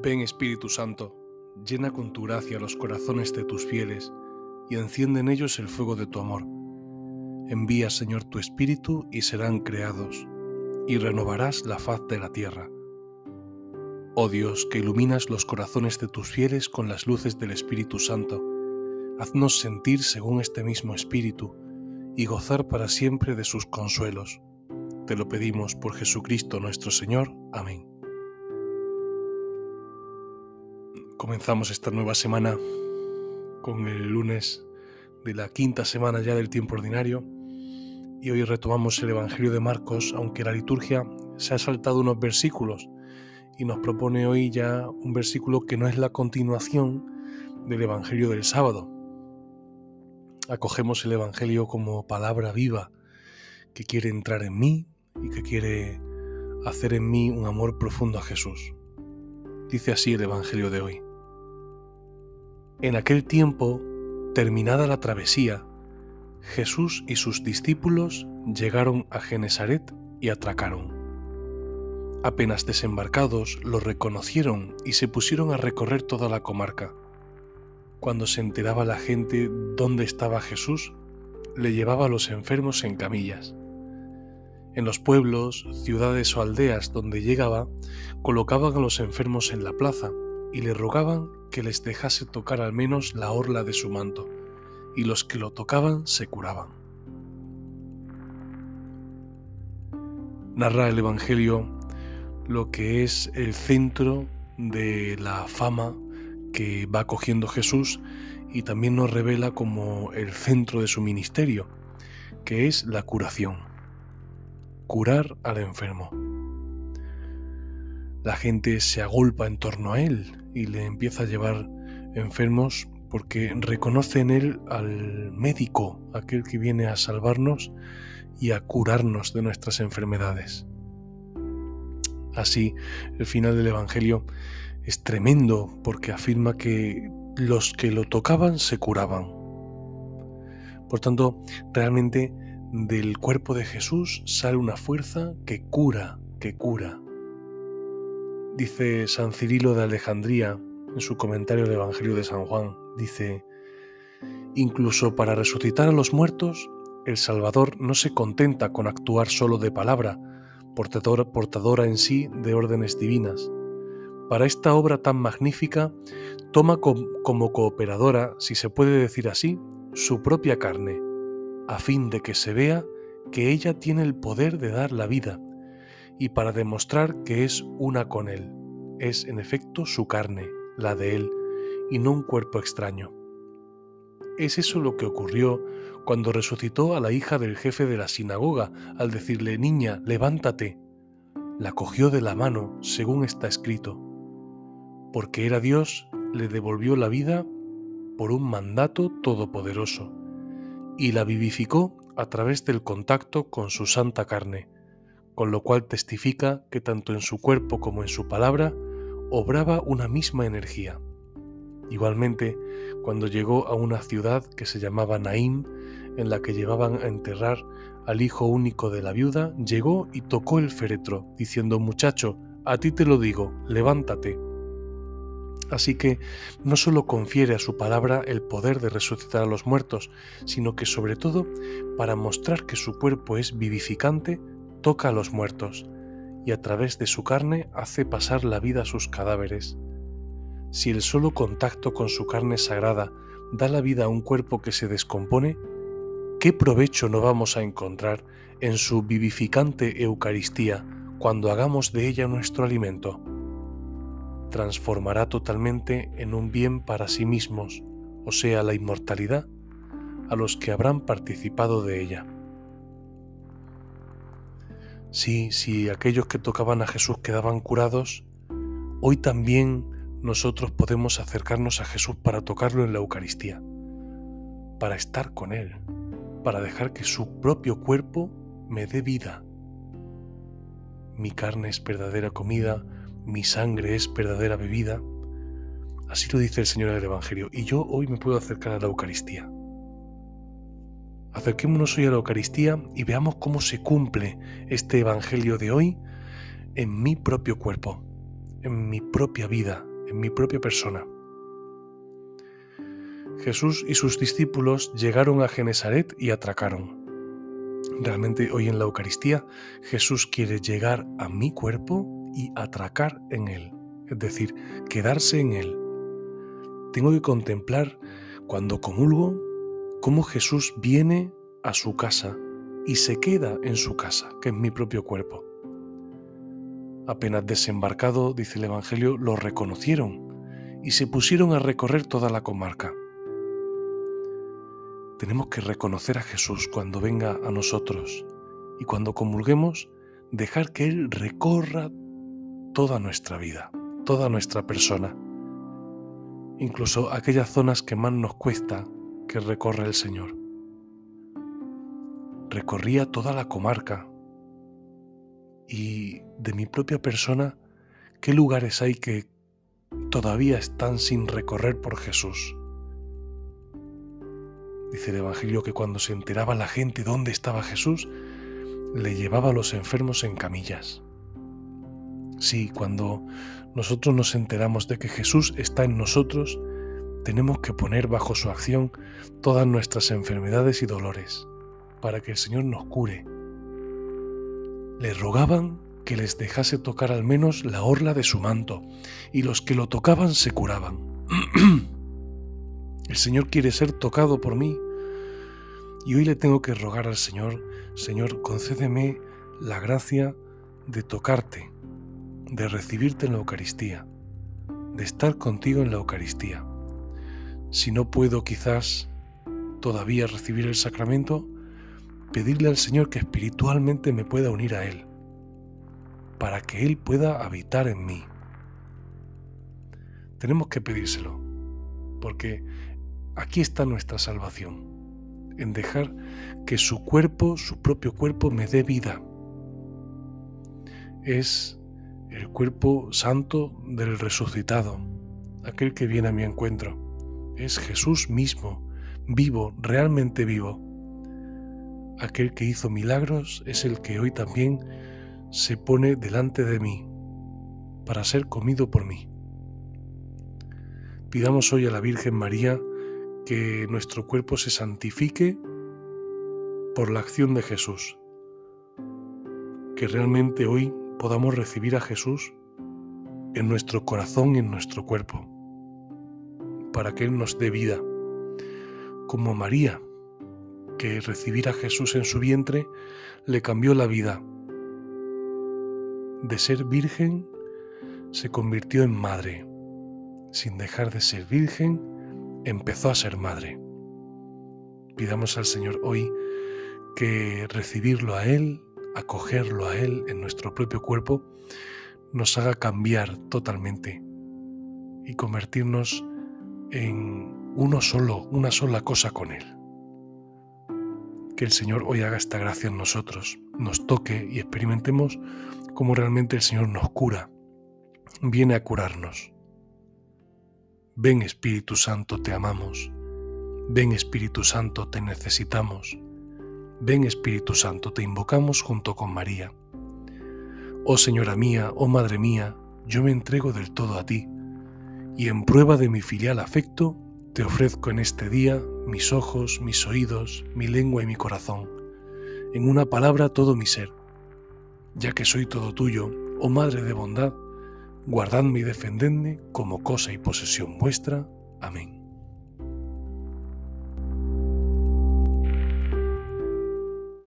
Ven Espíritu Santo, llena con tu gracia los corazones de tus fieles y enciende en ellos el fuego de tu amor. Envía, Señor, tu Espíritu y serán creados, y renovarás la faz de la tierra. Oh Dios, que iluminas los corazones de tus fieles con las luces del Espíritu Santo, haznos sentir según este mismo Espíritu y gozar para siempre de sus consuelos. Te lo pedimos por Jesucristo nuestro Señor. Amén. Comenzamos esta nueva semana con el lunes de la quinta semana ya del tiempo ordinario y hoy retomamos el Evangelio de Marcos, aunque la liturgia se ha saltado unos versículos y nos propone hoy ya un versículo que no es la continuación del Evangelio del sábado. Acogemos el Evangelio como palabra viva que quiere entrar en mí y que quiere hacer en mí un amor profundo a Jesús. Dice así el Evangelio de hoy. En aquel tiempo, terminada la travesía, Jesús y sus discípulos llegaron a Genesaret y atracaron. Apenas desembarcados, lo reconocieron y se pusieron a recorrer toda la comarca. Cuando se enteraba la gente dónde estaba Jesús, le llevaba a los enfermos en camillas. En los pueblos, ciudades o aldeas donde llegaba, colocaban a los enfermos en la plaza y le rogaban que les dejase tocar al menos la orla de su manto, y los que lo tocaban se curaban. Narra el Evangelio lo que es el centro de la fama que va cogiendo Jesús y también nos revela como el centro de su ministerio, que es la curación. Curar al enfermo. La gente se agolpa en torno a él y le empieza a llevar enfermos porque reconoce en él al médico, aquel que viene a salvarnos y a curarnos de nuestras enfermedades. Así, el final del Evangelio es tremendo porque afirma que los que lo tocaban se curaban. Por tanto, realmente del cuerpo de Jesús sale una fuerza que cura, Dice San Cirilo de Alejandría en su comentario del Evangelio de San Juan, dice: incluso para resucitar a los muertos, el Salvador no se contenta con actuar solo de palabra, portadora en sí de órdenes divinas. Para esta obra tan magnífica, toma como cooperadora, si se puede decir así, su propia carne, a fin de que se vea que ella tiene el poder de dar la vida, y para demostrar que es una con él. Es, en efecto, su carne, la de él, y no un cuerpo extraño. Es eso lo que ocurrió cuando resucitó a la hija del jefe de la sinagoga, al decirle: niña, levántate. La cogió de la mano, según está escrito. Porque era Dios, le devolvió la vida por un mandato todopoderoso, y la vivificó a través del contacto con su santa carne, con lo cual testifica que tanto en su cuerpo como en su palabra obraba una misma energía. Igualmente, cuando llegó a una ciudad que se llamaba Naín, en la que llevaban a enterrar al hijo único de la viuda, llegó y tocó el féretro, diciendo: muchacho, a ti te lo digo, levántate. Así que no solo confiere a su palabra el poder de resucitar a los muertos, sino que sobre todo, para mostrar que su cuerpo es vivificante, toca a los muertos, y a través de su carne hace pasar la vida a sus cadáveres. Si el solo contacto con su carne sagrada da la vida a un cuerpo que se descompone, ¿qué provecho no vamos a encontrar en su vivificante Eucaristía cuando hagamos de ella nuestro alimento? Transformará totalmente en un bien para sí mismos, o sea, la inmortalidad, a los que habrán participado de ella. Sí, si aquellos que tocaban a Jesús quedaban curados, hoy también nosotros podemos acercarnos a Jesús para tocarlo en la Eucaristía, para estar con Él, para dejar que su propio cuerpo me dé vida. Mi carne es verdadera comida, mi sangre es verdadera bebida. Así lo dice el Señor en el Evangelio, y yo hoy me puedo acercar a la Eucaristía. Acerquémonos hoy a la Eucaristía y veamos cómo se cumple este Evangelio de hoy en mi propio cuerpo, en mi propia vida, en mi propia persona. Jesús y sus discípulos llegaron a Genesaret y atracaron. Realmente hoy en la Eucaristía Jesús quiere llegar a mi cuerpo y atracar en él, es decir, quedarse en él. Tengo que contemplar cuando comulgo cómo Jesús viene a su casa y se queda en su casa, que es mi propio cuerpo. Apenas desembarcado, dice el Evangelio, lo reconocieron y se pusieron a recorrer toda la comarca. Tenemos que reconocer a Jesús cuando venga a nosotros y cuando comulguemos, dejar que Él recorra toda nuestra vida, toda nuestra persona, incluso aquellas zonas que más nos cuesta que recorre el Señor. Recorría toda la comarca y de mi propia persona, ¿qué lugares hay que todavía están sin recorrer por Jesús? Dice el Evangelio que cuando se enteraba la gente dónde estaba Jesús, le llevaba a los enfermos en camillas. Sí, cuando nosotros nos enteramos de que Jesús está en nosotros, tenemos que poner bajo su acción todas nuestras enfermedades y dolores, para que el Señor nos cure. Le rogaban que les dejase tocar al menos la orla de su manto, y los que lo tocaban se curaban. El Señor quiere ser tocado por mí, y hoy le tengo que rogar al Señor: Señor, concédeme la gracia de tocarte, de recibirte en la Eucaristía, de estar contigo en la Eucaristía. Si no puedo quizás todavía recibir el sacramento, pedirle al Señor que espiritualmente me pueda unir a Él, para que Él pueda habitar en mí. Tenemos que pedírselo, porque aquí está nuestra salvación, en dejar que su cuerpo, su propio cuerpo, me dé vida. Es el cuerpo santo del resucitado, aquel que viene a mi encuentro. Es Jesús mismo, vivo, realmente vivo. Aquel que hizo milagros es el que hoy también se pone delante de mí para ser comido por mí. Pidamos hoy a la Virgen María que nuestro cuerpo se santifique por la acción de Jesús, que realmente hoy podamos recibir a Jesús en nuestro corazón y en nuestro cuerpo, para que Él nos dé vida, como María, que recibir a Jesús en su vientre le cambió la vida. De ser virgen se convirtió en madre. Sin dejar de ser virgen, empezó a ser madre. Pidamos al Señor hoy que recibirlo a Él, acogerlo a Él en nuestro propio cuerpo, nos haga cambiar totalmente y convertirnos en uno solo, una sola cosa con Él. Que el Señor hoy haga esta gracia en nosotros, nos toque y experimentemos cómo realmente el Señor nos cura, viene a curarnos. Ven Espíritu Santo, te amamos. Ven Espíritu Santo, te necesitamos. Ven Espíritu Santo, te invocamos junto con María. Oh Señora mía, oh Madre mía, yo me entrego del todo a ti, y en prueba de mi filial afecto, te ofrezco en este día mis ojos, mis oídos, mi lengua y mi corazón, en una palabra todo mi ser. Ya que soy todo tuyo, oh Madre de bondad, guardadme y defendedme como cosa y posesión vuestra. Amén.